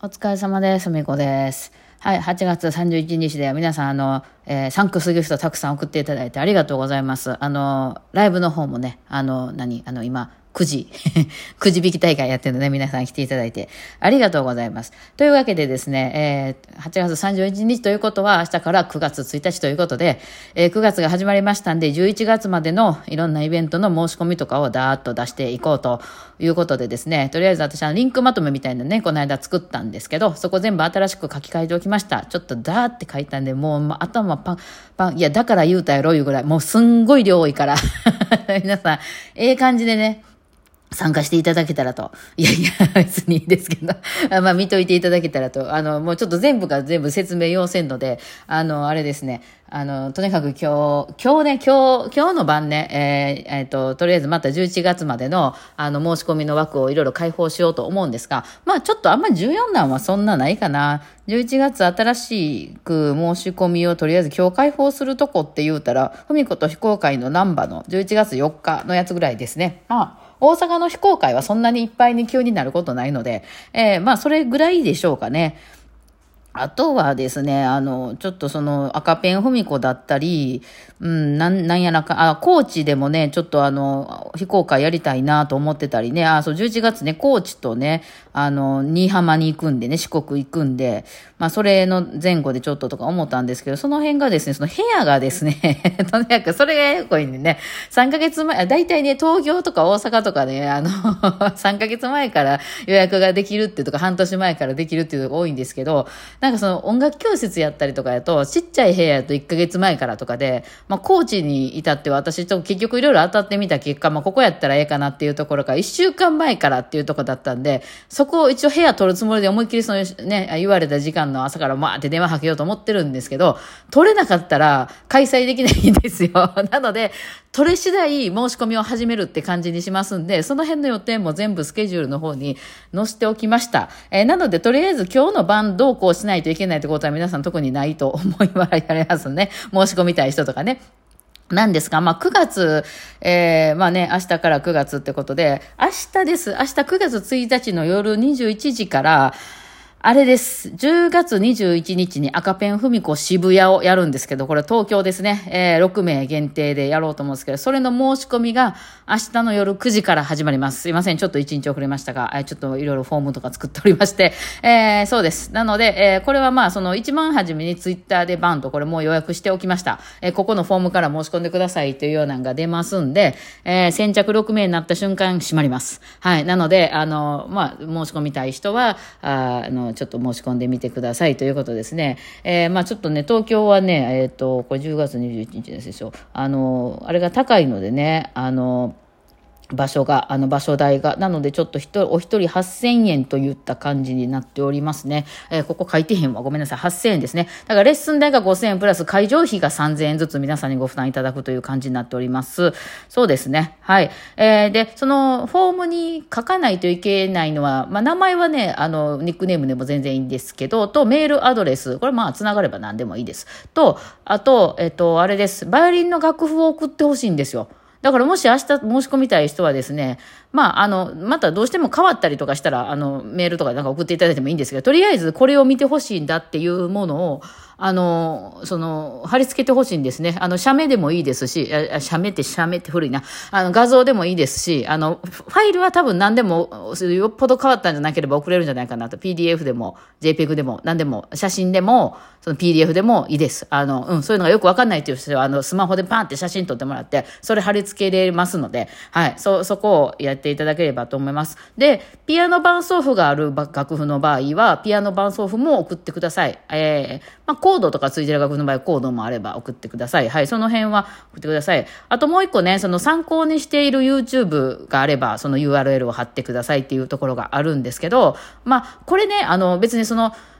お疲れ様です。みこです。はい、8月31日で皆さん、サンクスギフトたくさん送っていただいてありがとうございます。ライブの方もね、今、くじ、くじ引き大会やってるので、皆さん来ていただいてありがとうございます。というわけでですね、8月31日ということは、明日から9月1日ということで、9月が始まりましたんで、11月までのいろんなイベントの申し込みとかをダーッと出していこうということでですね、とりあえず私リンクまとめみたいなね、この間作ったんですけど、そこ全部新しく書き換えておきました。ちょっとダーって書いたんで、もう頭パンパン、いや、だから言うたやろいうぐらい、もうすんごい量多いから、皆さん、感じでね、参加していただけたらと。いやいや、別にいいですけど。見といていただけたらと。もうちょっと全部が全部説明要せんので、あれですね。とにかく今日の晩ね、とりあえずまた11月までの、申し込みの枠をいろいろ開放しようと思うんですが、ちょっとあんまり14弾はそんなないかな。11月新しく申し込みをとりあえず今日開放するとこって言うたら、ふみこと非公開のナンバの11月4日のやつぐらいですね。大阪の非公開はそんなにいっぱいに急になることないので、それぐらいでしょうかね。あとはですね、ちょっとその赤ペンふみこだったり、なんやらか、高知でもね、ちょっと非公開やりたいなと思ってたりね、11月ね、高知とね、新居浜に行くんでね、四国行くんで、それの前後でちょっととか思ったんですけど、その辺がですね、その部屋がですね、とにかくそれがややこいんでね、3ヶ月前、だいたいね、東京とか大阪とかね、3ヶ月前から予約ができるっていうとか、半年前からできるっていうのが多いんですけど、なんかその音楽教室やったりとかやと、ちっちゃい部屋やと1ヶ月前からとかで、高知に至って私と結局いろいろ当たってみた結果、ここやったらええかなっていうところから1週間前からっていうところだったんで、そこを一応部屋取るつもりで思いっきりそのね、言われた時間の朝からって電話かけようと思ってるんですけど、取れなかったら開催できないんですよ。なので、取れ次第申し込みを始めるって感じにしますんで、その辺の予定も全部スケジュールの方に載せておきました。なので、とりあえず今日の晩どうこうしないといけないってことは皆さん特にないと思いますね。申し込みたい人とかね。なんですが、9月、明日から9月ってことで、明日です。明日9月1日の夜21時から、あれです。10月21日に赤ペンふみこ渋谷をやるんですけど、これ東京ですね。6名限定でやろうと思うんですけど、それの申し込みが明日の夜9時から始まります。すいません。ちょっと1日遅れましたが、ちょっといろいろフォームとか作っておりまして、そうです。なので、これはその一番初めにツイッターでバンとこれもう予約しておきました。ここのフォームから申し込んでくださいというようなのが出ますんで、先着6名になった瞬間閉まります。はい。なので、申し込みたい人は、ちょっと申し込んでみてくださいということですね。ちょっとね、東京はね、これ10月21日ですよ。あれが高いのでね、場所代が。なので、ちょっとお一人8000円といった感じになっておりますね。ここ書いてへんわ。ごめんなさい。8000円ですね。だからレッスン代が5000円プラス会場費が3000円ずつ皆さんにご負担いただくという感じになっております。そうですね。はい。で、そのフォームに書かないといけないのは、名前はね、ニックネームでも全然いいんですけど、と、メールアドレス。これつながれば何でもいいです。と、あと、あれです。バイオリンの楽譜を送ってほしいんですよ。だからもし明日申し込みたい人はですね、またどうしても変わったりとかしたら、メールとかなんか送っていただいてもいいんですけど、とりあえずこれを見てほしいんだっていうものを、貼り付けてほしいんですね。写メでもいいですし、写メって古いな。画像でもいいですし、ファイルは多分何でも、よっぽど変わったんじゃなければ送れるんじゃないかなと。PDF でも、JPEG でも、何でも、写真でも、その PDF でもいいです。そういうのがよくわかんないという人は、スマホでパンって写真撮ってもらって、それ貼り付けれますので、はい、そこをやっていただければと思います。で、ピアノ伴奏譜がある楽譜の場合は、ピアノ伴奏譜も送ってください。コードとかついてる楽譜の場合、コードもあれば送ってください。はい、その辺は送ってください。あともう一個ね、その参考にしている YouTube があれば、その URL を貼ってくださいっていうところがあるんですけど、これね、別に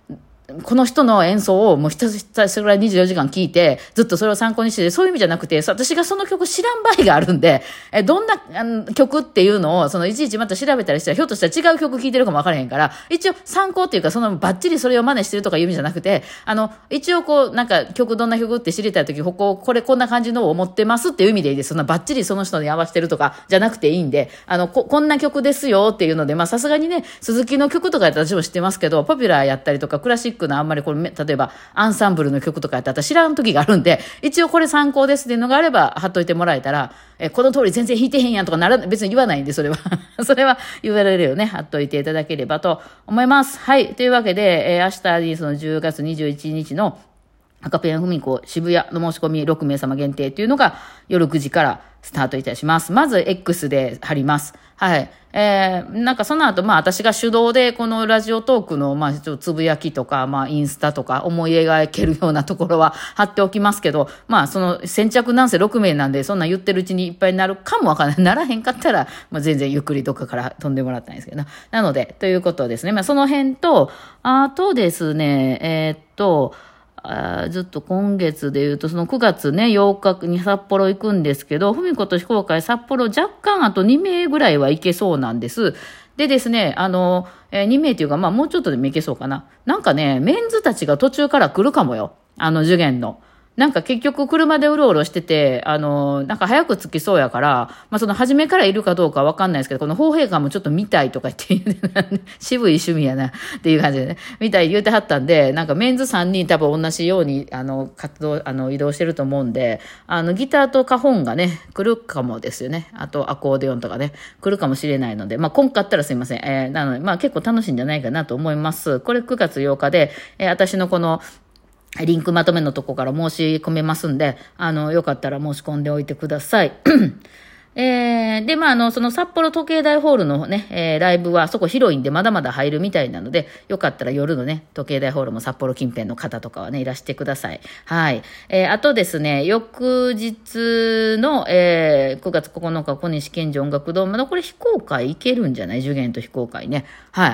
この人の演奏をもうひたすら24時間聞いて、ずっとそれを参考にして、そういう意味じゃなくて、私がその曲知らん場合があるんで、どんな曲っていうのを、いちいちまた調べたりしたら、ひょっとしたら違う曲聴いてるかもわからへんから、一応参考っていうか、バッチリそれを真似してるとかいう意味じゃなくて、一応なんかどんな曲って知りたいとき、こんな感じのを持ってますっていう意味でいいです。そんなバッチリその人に合わせてるとかじゃなくていいんで、こんな曲ですよっていうので、さすがにね、鈴木の曲とかやったら私も知ってますけど、ポピュラーやったりとか、クラシックのあんまり例えばアンサンブルの曲とかやったら知らん時があるんで、一応これ参考ですっていうのがあれば貼っといてもらえたら、この通り全然弾いてへんやんとか別に言わないんで、それはそれは言われるよね。貼っといていただければと思います。はい。というわけで、明日に10月21日の赤ペンふみこ渋谷の申し込み6名様限定というのが夜9時からスタートいたします。まず X で貼ります。はい。なんかその後、私が手動でこのラジオトークの、ちょっとつぶやきとか、インスタとか思い描けるようなところは貼っておきますけど、先着なんせ6名なんで、そんな言ってるうちにいっぱいになるかもわからない。ならへんかったら、全然ゆっくりどっかから飛んでもらったんですけどなので、ということですね。その辺と、あとですね、ずっと今月で言うと、その9月ね、8日に札幌行くんですけど、ふみこと非公開札幌若干あと2名ぐらいは行けそうなんです。でですね、2名っていうか、もうちょっとでも行けそうかな。なんかね、メンズたちが途中から来るかもよ。受験の。なんか結局車でうろうろしてて、なんか早く着きそうやから、その初めからいるかどうかわかんないですけど、この砲兵館もちょっと見たいとか言って、渋い趣味やなっていう感じでね、見たい言うてはったんで、なんかメンズ3人多分同じように、移動してると思うんで、ギターとカホンがね、来るかもですよね。あとアコーディオンとかね、来るかもしれないので、今回ったらすいません。なので、結構楽しいんじゃないかなと思います。これ9月8日で、私のこの、リンクまとめのとこから申し込めますんで、よかったら申し込んでおいてください。で、その札幌時計台ホールのね、ライブはそこ広いんでまだまだ入るみたいなので、よかったら夜のね、時計台ホールも札幌近辺の方とかはね、いらしてください。はい。あとですね、翌日の、9月9日、小西健二音楽堂、これ非公開いけるんじゃない？受験と非公開ね。はい。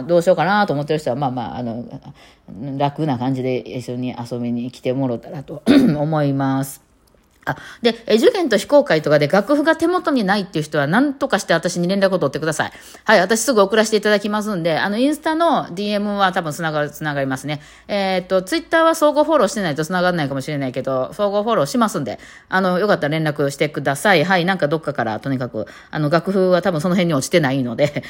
どうしようかなと思ってる人は、楽な感じで一緒に遊びに来てもらったらと思います。で、受験と非公開とかで楽譜が手元にないっていう人は何とかして私に連絡を取ってください。はい、私すぐ送らせていただきますんで、インスタの DM は多分つながりますね。ツイッターは相互フォローしてないとつながらないかもしれないけど、相互フォローしますんで、よかったら連絡してください。はい、なんかどっかからとにかく、楽譜は多分その辺に落ちてないので、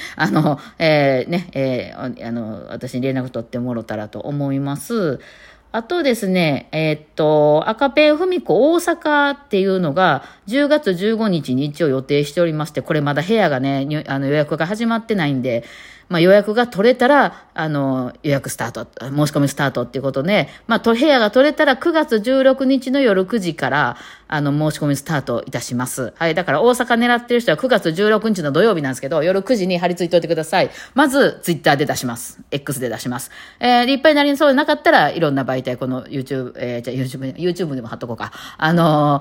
私に連絡取ってもらったらと思います。あとですね、赤ペンふみこ大阪っていうのが10月15日に一応予定しておりまして、これまだ部屋がね、予約が始まってないんで、予約が取れたら、予約スタート、申し込みスタートっていうことで、部屋が取れたら9月16日の夜9時から、申し込みスタートいたします。はい。だから大阪狙ってる人は9月16日の土曜日なんですけど、夜9時に貼り付いておいてください。まず、ツイッターで出します。X で出します。いっぱいなりにそうでなかったら、いろんな媒体、この YouTube でも貼っとこうか。この、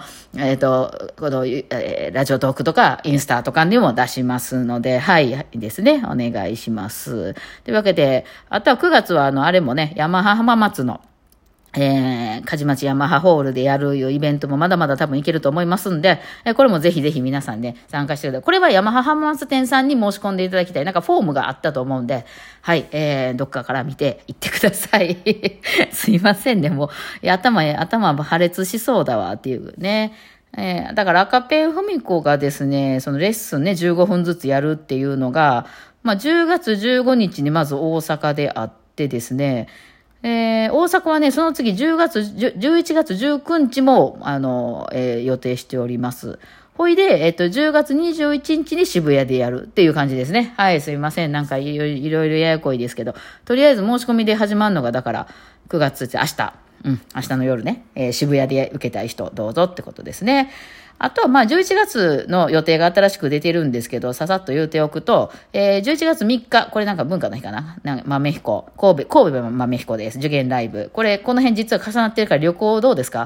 ラジオトークとか、インスタとかにも出しますので、はい、ですね。お願いします。というわけで、あとは9月はあれもね、ヤマハ浜松の、梶町ヤマハホールでやるイベントもまだまだ多分いけると思いますんで、これもぜひぜひ皆さんね、参加してください。これはヤマハ浜松店さんに申し込んでいただきたい。なんかフォームがあったと思うんで、はい、どっかから見て行ってください。すいませんね、もう、頭破裂しそうだわっていうね。だから赤ペンふみこがですね、そのレッスンね、15分ずつやるっていうのが、10月15日にまず大阪であってですね、大阪はね、その次11月19日も、予定しております。ほいで、10月21日に渋谷でやるっていう感じですね。はい、すいません。なんかいろいろややこいですけど、とりあえず申し込みで始まるのが、だから、9月って明日の夜ね、渋谷で受けたい人、どうぞってことですね。あとは11月の予定が新しく出てるんですけど、ささっと言うておくと、11月3日、これなんか文化の日かな、豆彦、神戸豆彦です。受験ライブ。この辺実は重なってるから旅行どうですか？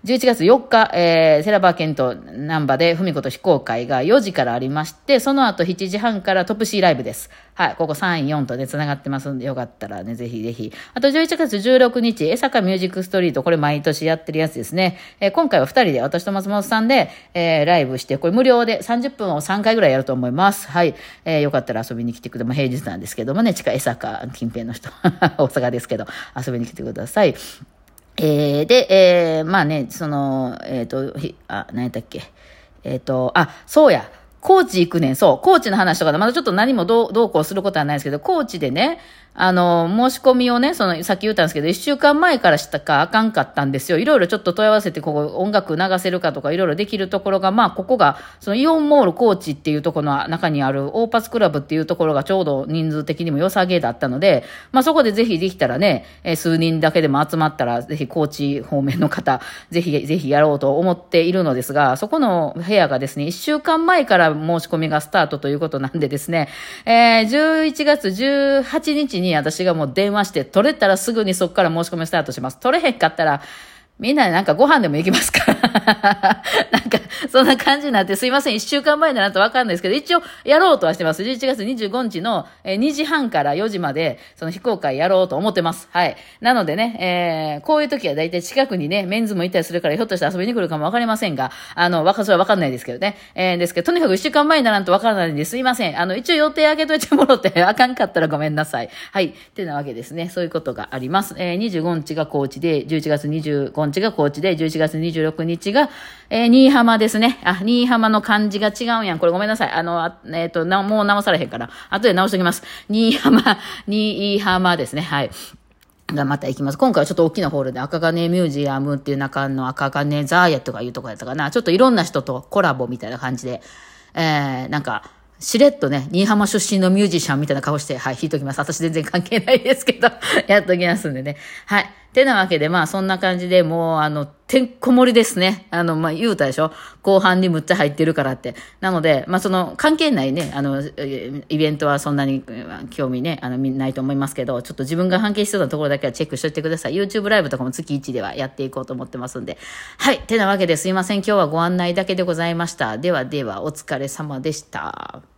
11月4日、セラバーケント南波で文子と非公開が4時からありまして、その後7時半からトップ C ライブです。はい、ここ3、4とね、繋がってますんで、よかったらね、ぜひぜひ。あと11月16日、江坂ミュージックストリート、これ毎年やってるやつですね。今回は2人で、私と松本さんで、ライブして、これ無料で30分を3回ぐらいやると思います。はい。よかったら遊びに来てくれ、平日なんですけどもね、近江坂近辺の人、大阪ですけど、遊びに来てください。で、まあね、何やったっけ。そうや。高知行くねん。そう。高知の話とかで、まだちょっと何もどうこうすることはないですけど、高知でね、申し込みをね、さっき言ったんですけど、1週間前からしたかあかんかったんですよ。いろいろちょっと問い合わせて、ここ音楽流せるかとかいろいろできるところが、まあ、ここが、イオンモール高知っていうところの中にあるオーパスクラブっていうところがちょうど人数的にも良さげだったので、まあ、そこでぜひできたらね、数人だけでも集まったら、ぜひ高知方面の方、ぜひやろうと思っているのですが、そこの部屋がですね、1週間前から申し込みがスタートということなんでですね、11月18日に私がもう電話して、取れたらすぐにそこから申し込みスタートします。取れへんかったら、みんなでなんかご飯でも行きますかなんか、そんな感じになって、すいません、1週間前だなとわかんないですけど、一応やろうとはしてます。11月25日の2時半から4時まで、非公開やろうと思ってます。はい。なのでね、こういう時はだいたい近くにね、メンズもいたりするから、ひょっとして遊びに来るかもわかりませんが、それはわかんないですけどね。ですけど、とにかく1週間前にならんとわからないんで、すいません。一応予定上げといてもろて、あかんかったらごめんなさい。はい。ってなわけですね。そういうことがあります。25日が高知で、11月25日が高知で、11月26日が、新居浜ですね。新居浜の漢字が違うんやん。これごめんなさい。もう直されへんから。後で直しときます。新居浜ですね。はい。がまた行きます。今回はちょっと大きなホールで赤金ミュージアムっていう中の赤金ザーヤとかいうとこやったかな。ちょっといろんな人とコラボみたいな感じで、なんか、しれっとね、新居浜出身のミュージシャンみたいな顔して、はい、弾いときます。私全然関係ないですけど、やっときますんでね。はい。てなわけで、まあそんな感じで、もうてんこ盛りですね。言うたでしょ。後半にむっちゃ入ってるからって。なので、まあ関係ないね、イベントはそんなに興味ね、ないと思いますけど、ちょっと自分が関係しそうなところだけはチェックしといてください。YouTube ライブとかも月1ではやっていこうと思ってますんで。はい。てなわけですいません。今日はご案内だけでございました。では、お疲れ様でした。